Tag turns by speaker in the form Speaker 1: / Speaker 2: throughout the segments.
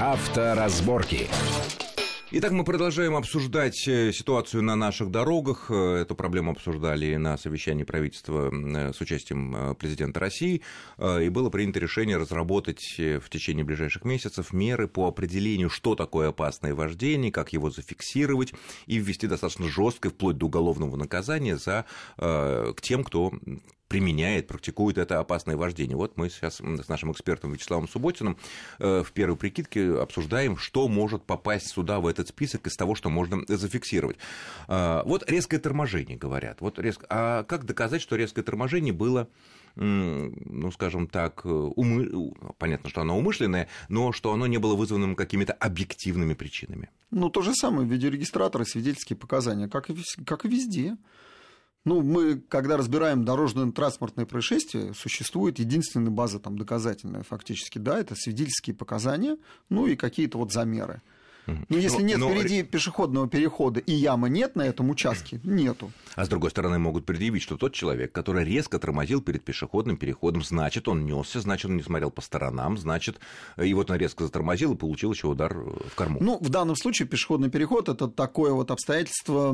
Speaker 1: Авторазборки.
Speaker 2: Итак, мы продолжаем обсуждать ситуацию на наших дорогах. Эту проблему обсуждали на совещании правительства с участием президента России. И было принято решение разработать в течение ближайших месяцев меры по определению, что такое опасное вождение, как его зафиксировать, и ввести достаточно жесткое, вплоть до уголовного наказания к тем, кто применяет, практикует это опасное вождение. Вот мы сейчас с нашим экспертом Вячеславом Субботиным в первой прикидке обсуждаем, что может попасть сюда, в этот список, из того, что можно зафиксировать. Вот резкое торможение, говорят. А как доказать, что резкое торможение было, ну, скажем так, понятно, что оно умышленное, но что оно не было вызвано какими-то объективными причинами?
Speaker 3: Ну, то же самое, видеорегистраторы, свидетельские показания, как и везде. Ну, мы, когда разбираем дорожно-транспортные происшествия, существует единственная база там, доказательная фактически, да, это свидетельские показания, ну и какие-то вот замеры. Ну, если нет впереди пешеходного перехода и ямы нет на этом участке, нету.
Speaker 2: А с другой стороны, могут предъявить, что тот человек, который резко тормозил перед пешеходным переходом, значит, он несся, значит, он не смотрел по сторонам, значит, и вот он резко затормозил и получил еще удар в корму.
Speaker 3: Ну, в данном случае пешеходный переход – это такое вот обстоятельство,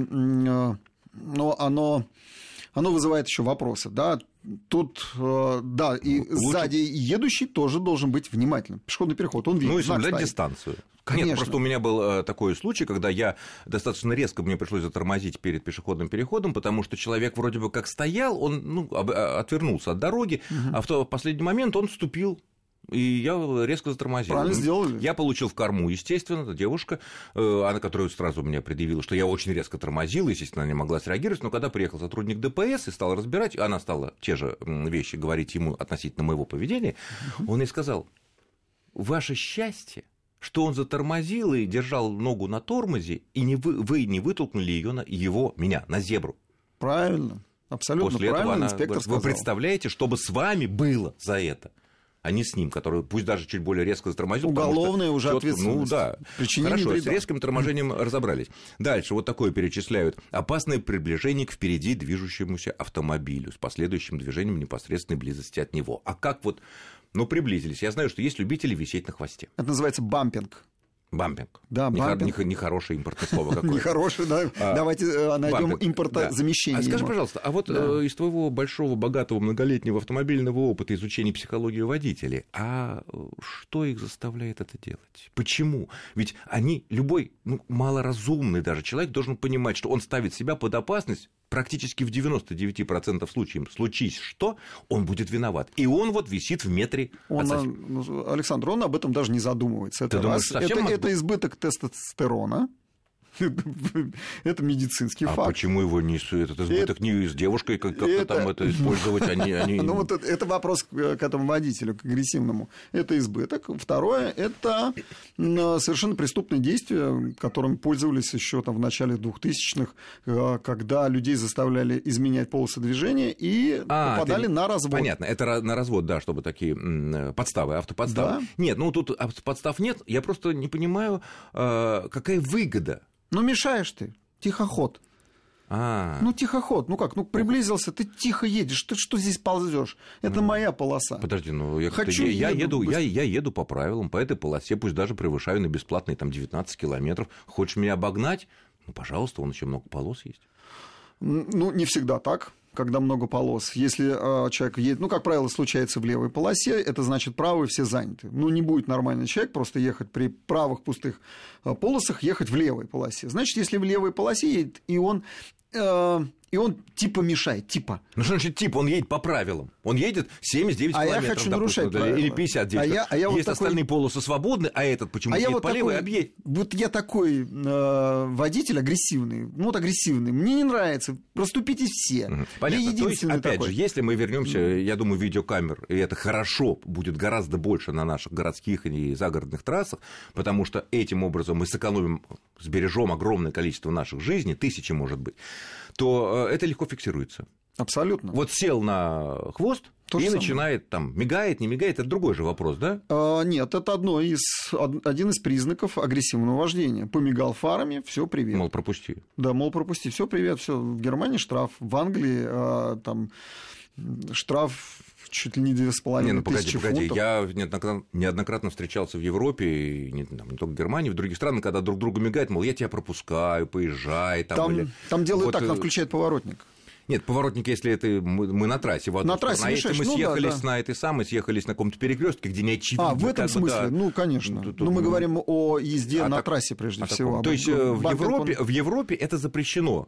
Speaker 3: но оно вызывает еще вопросы, да. Тут, да, и сзади едущий тоже должен быть внимательным. Пешеходный переход, он видит.
Speaker 2: Ну, и соблюдать дистанцию.
Speaker 3: Конечно.
Speaker 2: Нет, просто у меня был такой случай, когда я достаточно резко, мне пришлось затормозить перед пешеходным переходом, потому что человек вроде бы как стоял, он отвернулся от дороги, а в последний момент он вступил. И я резко затормозил.
Speaker 3: Правильно сделали.
Speaker 2: Я получил в корму, естественно, эта девушка, она, которая сразу мне предъявила, что я очень резко тормозил, естественно, она не могла среагировать, но когда приехал сотрудник ДПС и стал разбирать, она стала те же вещи говорить ему относительно моего поведения, он ей сказал: ваше счастье, что он затормозил и держал ногу на тормозе, и вы не вытолкнули меня на зебру.
Speaker 3: Правильно, абсолютно
Speaker 2: После
Speaker 3: правильно
Speaker 2: этого
Speaker 3: инспектор сказал.
Speaker 2: Вы представляете, что бы с вами было за это? А не с ним, который пусть даже чуть более резко затормозил.
Speaker 3: Уголовная уже ответственность.
Speaker 2: Ну да. Хорошо, с резким торможением разобрались. Дальше вот такое перечисляют. Опасное приближение к впереди движущемуся автомобилю с последующим движением в непосредственной близости от него. А как вот, приблизились? Я знаю, что есть любители висеть на хвосте.
Speaker 3: Это называется бампинг.
Speaker 2: Бампинг.
Speaker 3: Да, бампинг.
Speaker 2: Нехорошее импортное слово какое-то.
Speaker 3: Нехорошее, да. Давайте найдем импортозамещение.
Speaker 2: А скажи, пожалуйста, а вот из твоего большого, богатого, многолетнего автомобильного опыта изучения психологии водителей, а что их заставляет это делать? Почему? Ведь любой малоразумный даже человек должен понимать, что он ставит себя под опасность практически в 99% случаев. Случись что, он будет виноват. И он вот висит в метре.
Speaker 3: Александр, он об этом даже не задумывается.
Speaker 2: Ты думаешь,
Speaker 3: это избыток тестостерона. Это медицинский факт.
Speaker 2: А почему его этот избыток не с девушкой как-то там это использовать?
Speaker 3: Ну, вот это вопрос к этому водителю, к агрессивному. Это избыток. Второе – это совершенно преступные действия, которым пользовались еще там в начале 2000-х, когда людей заставляли изменять полосы движения и попадали на развод.
Speaker 2: Понятно, это на развод, да, чтобы такие подставы, автоподставы. Да. Нет, тут подстав нет, я просто не понимаю, какая выгода.
Speaker 3: Мешаешь ты, тихоход. Тихоход, приблизился, ты тихо едешь, ты что здесь ползешь? Это моя полоса.
Speaker 2: Подожди, я еду по правилам, по этой полосе, пусть даже превышаю на бесплатные 19 километров. Хочешь меня обогнать? Пожалуйста, вон еще много полос есть.
Speaker 3: Не всегда так. Когда много полос. Если человек едет, как правило, случается в левой полосе, это значит, правые все заняты. Не будет нормальный человек просто ехать при правых пустых полосах, ехать в левой полосе. Значит, если в левой полосе едет, и он типа мешает, типа.
Speaker 2: Что значит типа? Он едет по правилам. Он едет 79 километров.
Speaker 3: Я хочу нарушать правила.
Speaker 2: Или 59. Есть остальные полосы свободны, а этот почему едет по левой, объедет.
Speaker 3: Вот я такой водитель агрессивный. Агрессивный. Мне не нравится. Расступитесь все.
Speaker 2: Понятно. То есть, опять же, если мы вернемся, я думаю, видеокамер, и это хорошо, будет гораздо больше на наших городских и загородных трассах, потому что этим образом мы сэкономим, сбережем огромное количество наших жизней, тысячи, может быть, то это легко фиксируется.
Speaker 3: Абсолютно.
Speaker 2: Вот сел на хвост и начинает мигает, не мигает, это другой же вопрос, да?
Speaker 3: Нет, это один из признаков агрессивного вождения. Помигал фарами, все, привет.
Speaker 2: Мол, пропусти.
Speaker 3: Да, пропусти, все, привет, все. В Германии штраф, в Англии штраф чуть ли не 2500 фунтов.
Speaker 2: Я неоднократно встречался в Европе, и не только в Германии, в других странах, когда друг другу мигают, мол, я тебя пропускаю, поезжай.
Speaker 3: Там делают вот, так, там включает поворотник.
Speaker 2: Нет, поворотник, если это мы на трассе.
Speaker 3: На трассе
Speaker 2: а если мы съехались на этой самой, съехались на каком-то перекрестке, где не очевидно.
Speaker 3: В этом смысле, ну, конечно. Но мы говорим о езде на трассе, прежде всего.
Speaker 2: То есть в Европе это запрещено,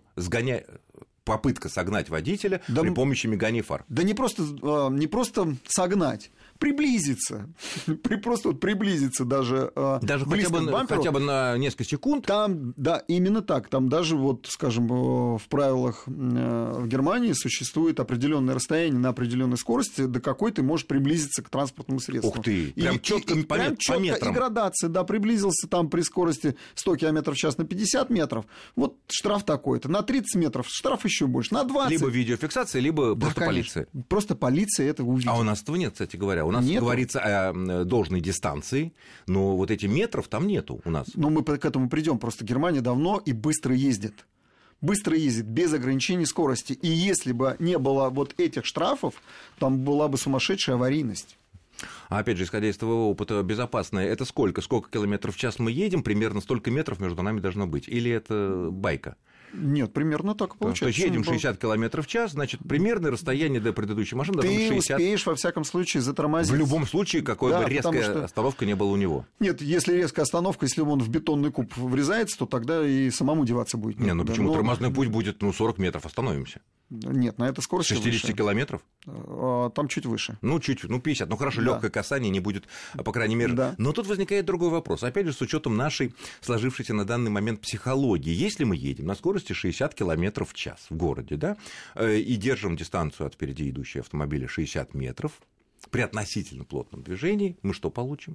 Speaker 2: попытка согнать водителя при помощи миганий фар.
Speaker 3: Да не просто согнать, приблизиться. Просто приблизиться даже
Speaker 2: хотя бы на несколько секунд.
Speaker 3: Там, да, именно так. Там даже, вот, скажем, в правилах в Германии существует определенное расстояние на определенной скорости, до какой ты можешь приблизиться к транспортному средству.
Speaker 2: Ух ты, прям четко по метрам.
Speaker 3: И градация, да, приблизился там при скорости 100 км в час на 50 метров, вот штраф такой-то, на 30 метров штраф еще больше, на 20.
Speaker 2: Либо видеофиксация, либо просто полиция.
Speaker 3: Просто полиция это увидит.
Speaker 2: А у нас этого нет, кстати говоря. У нас говорится о должной дистанции, но вот этих метров там нету у нас.
Speaker 3: Но мы к этому придем. Просто Германия давно и быстро ездит. Быстро ездит, без ограничений скорости. И если бы не было вот этих штрафов, там была бы сумасшедшая аварийность.
Speaker 2: А опять же, исходя из твоего опыта, безопасное, это сколько? Сколько километров в час мы едем? Примерно столько метров между нами должно быть? Или это байка?
Speaker 3: Нет, примерно так получается.
Speaker 2: То есть едем 60 км в час, значит, примерное расстояние до предыдущей машины должно быть 60.
Speaker 3: Ты успеешь, во всяком случае, затормозить.
Speaker 2: В любом случае, какой бы резкая остановка не была у него.
Speaker 3: Нет, если резкая остановка, если он в бетонный куб врезается, то тогда и самому деваться будет некуда.
Speaker 2: Не, ну почему? Тормозной путь будет 40 метров, остановимся.
Speaker 3: Нет, на этой скорости
Speaker 2: 60
Speaker 3: выше.
Speaker 2: Километров?
Speaker 3: Там чуть выше.
Speaker 2: 50. Ну хорошо, легкое касание не будет, по крайней мере.
Speaker 3: Да.
Speaker 2: Но тут возникает другой вопрос. Опять же, с учетом нашей сложившейся на данный момент психологии. Если мы едем на скорости 60 км в час в городе, да, и держим дистанцию от впереди идущего автомобиля 60 метров, при относительно плотном движении, мы что получим?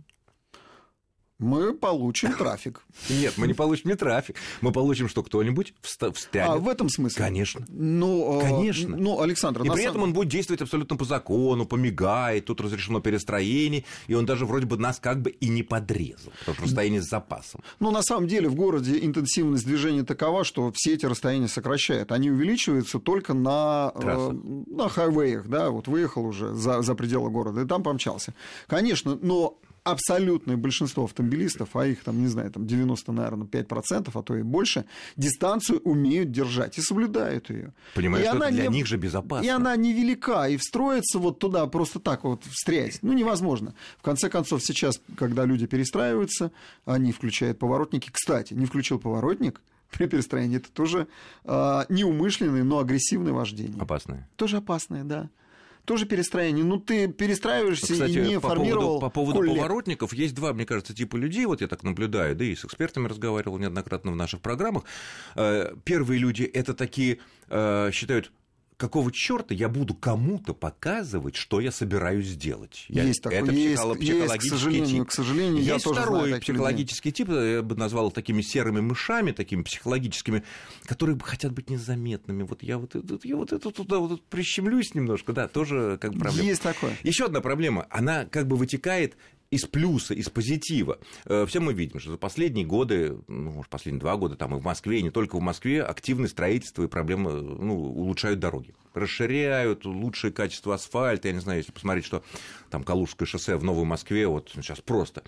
Speaker 3: Мы получим трафик.
Speaker 2: Нет, мы не получим не трафик. Мы получим, что кто-нибудь встрянет.
Speaker 3: В этом смысле?
Speaker 2: Конечно.
Speaker 3: Конечно. Ну, Александр...
Speaker 2: И при этом он будет действовать абсолютно по закону, помигает, тут разрешено перестроение, и он даже вроде бы нас как бы и не подрезал, потому что расстояние с запасом.
Speaker 3: Ну, на самом деле, в городе интенсивность движения такова, что все эти расстояния сокращают. Они увеличиваются только на хайвеях, да, вот выехал уже за пределы города, и там помчался. Конечно, но... Абсолютное большинство автомобилистов, а их там, не знаю, там 90, наверное, 5%, а то и больше, дистанцию умеют держать и соблюдают ее.
Speaker 2: Понимаешь, что это для них же безопасно.
Speaker 3: И она невелика, и встроиться вот туда просто так вот встрять, невозможно. В конце концов, сейчас, когда люди перестраиваются, они включают поворотники. Кстати, не включил поворотник при перестроении, это тоже неумышленное, но агрессивное вождение.
Speaker 2: Опасное.
Speaker 3: Тоже опасное, да. Тоже перестроение. Ну, ты перестраиваешься.
Speaker 2: Кстати,
Speaker 3: и не формировал
Speaker 2: по поводу поворотников есть два, мне кажется, типа людей, вот я так наблюдаю, да и с экспертами разговаривал неоднократно в наших программах. Первые люди это такие считают, какого черта я буду кому-то показывать, что я собираюсь сделать?
Speaker 3: Есть такой,
Speaker 2: это психологический тип.
Speaker 3: К сожалению,
Speaker 2: есть
Speaker 3: я тоже
Speaker 2: второй
Speaker 3: знаю
Speaker 2: психологический тип, я бы назвал такими серыми мышами, такими психологическими, которые хотят быть незаметными. Вот я вот это туда вот прищемлюсь немножко, да, тоже как бы проблема.
Speaker 3: Есть такое.
Speaker 2: Еще одна проблема, она как бы вытекает из плюса, из позитива. Все мы видим, что за последние годы, может, последние 2 года, там и в Москве, и не только в Москве, активное строительство и проблемы, улучшают дороги. Расширяют, лучшее качество асфальта, я не знаю, если посмотреть, что там Калужское шоссе в Новой Москве, вот сейчас просто.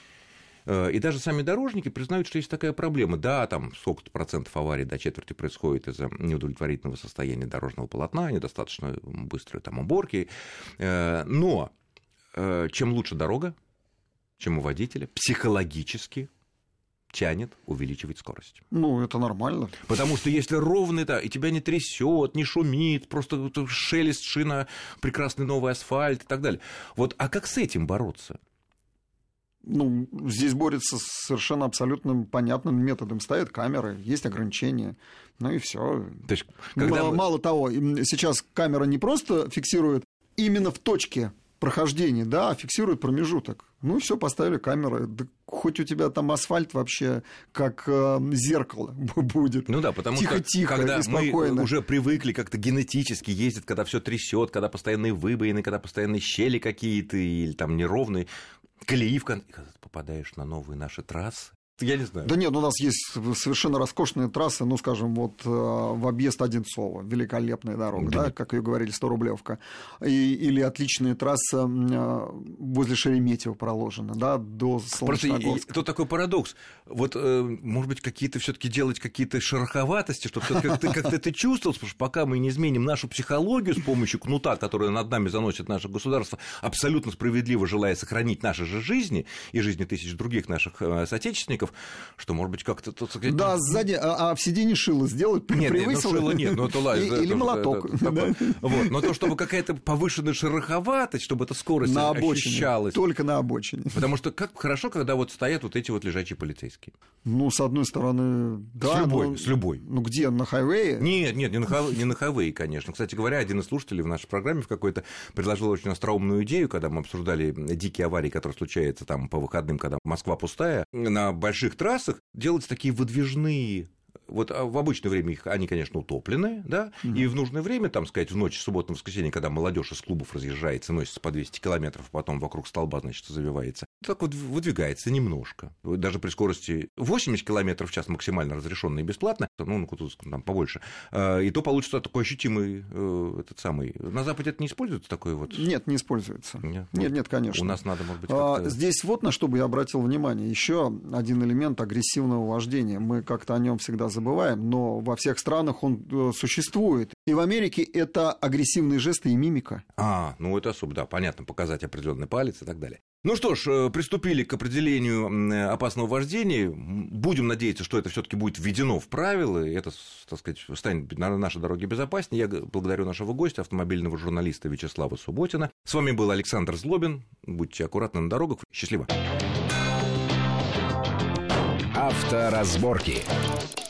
Speaker 2: И даже сами дорожники признают, что есть такая проблема. Да, там сколько-то процентов аварий до четверти происходит из-за неудовлетворительного состояния дорожного полотна, недостаточно быстрой там уборки. Но чем лучше дорога, чем у водителя, психологически тянет увеличивать скорость.
Speaker 3: Это нормально.
Speaker 2: Потому что если ровно, и тебя не трясет, не шумит, просто шелест шина, прекрасный новый асфальт и так далее. А как с этим бороться?
Speaker 3: Здесь борется с совершенно абсолютно понятным методом. Ставят камеры, есть ограничения, и все. Мало того, сейчас камера не просто фиксирует именно в точке прохождения, да, фиксирует промежуток. Все, поставили камеры. Да хоть у тебя там асфальт вообще как зеркало будет.
Speaker 2: Потому
Speaker 3: тихо,
Speaker 2: что когда
Speaker 3: спокойно.
Speaker 2: Мы уже привыкли как-то генетически ездить, когда все трясет, когда постоянные выбоины, когда постоянные щели какие-то или там неровные колеи, когда ты попадаешь на новые наши трассы, Я не знаю.
Speaker 3: Да нет, у нас есть совершенно роскошные трассы, ну, скажем, вот в объезд Одинцово, великолепная дорога, да, как ее говорили, 100-рублевка, или отличные трассы возле Шереметьево проложены, да, до Солнечногорска.
Speaker 2: Просто тут такой парадокс. Вот, может быть, какие-то все-таки делать какие-то шероховатости, чтобы как-то ты чувствовал, потому что пока мы не изменим нашу психологию с помощью кнута, который над нами заносит наше государство, абсолютно справедливо желая сохранить наши же жизни и жизни тысяч других наших соотечественников, что, может быть, как-то...
Speaker 3: Да, сзади, а в сиденье шило сделать превысило.
Speaker 2: Шило нет, ну это ладно.
Speaker 3: Или молоток.
Speaker 2: Вот, но то, чтобы какая-то повышенная шероховатость, чтобы эта скорость ощущалась.
Speaker 3: Только на обочине.
Speaker 2: Потому что как хорошо, когда вот стоят вот эти вот лежачие полицейские.
Speaker 3: Ну, с одной стороны, да.
Speaker 2: С любой.
Speaker 3: Ну, где, на хайвее?
Speaker 2: Нет, не на хайвее, конечно. Кстати говоря, один из слушателей в нашей программе в какой-то предложил очень остроумную идею, когда мы обсуждали дикие аварии, которые случаются там по выходным, когда Москва пустая, на больших трассах делать такие выдвижные. Вот в обычное время они, конечно, утоплены, да, и в нужное время, там, сказать, в ночь субботы на воскресенье, когда молодежь из клубов разъезжается, носится по 200 километров, потом вокруг столба, значит, завивается, так вот выдвигается немножко. Даже при скорости 80 километров в час максимально разрешённо и бесплатно, ну, там побольше, и то получится такой ощутимый этот самый... На Западе это не используется такое вот?
Speaker 3: Нет, не используется. Нет, конечно.
Speaker 2: У нас надо, может быть, как-то...
Speaker 3: Здесь вот на что бы я обратил внимание. Еще один элемент агрессивного вождения. Мы как-то о нем всегда забываем, но во всех странах он существует. И в Америке это агрессивные жесты и мимика.
Speaker 2: Ну это особо, да, понятно, показать определенный палец и так далее. Ну что ж, приступили к определению опасного вождения. Будем надеяться, что это все-таки будет введено в правила, и это, так сказать, станет на нашей дороге безопаснее. Я благодарю нашего гостя, автомобильного журналиста Вячеслава Субботина. С вами был Александр Злобин. Будьте аккуратны на дорогах. Счастливо.
Speaker 1: Авторазборки.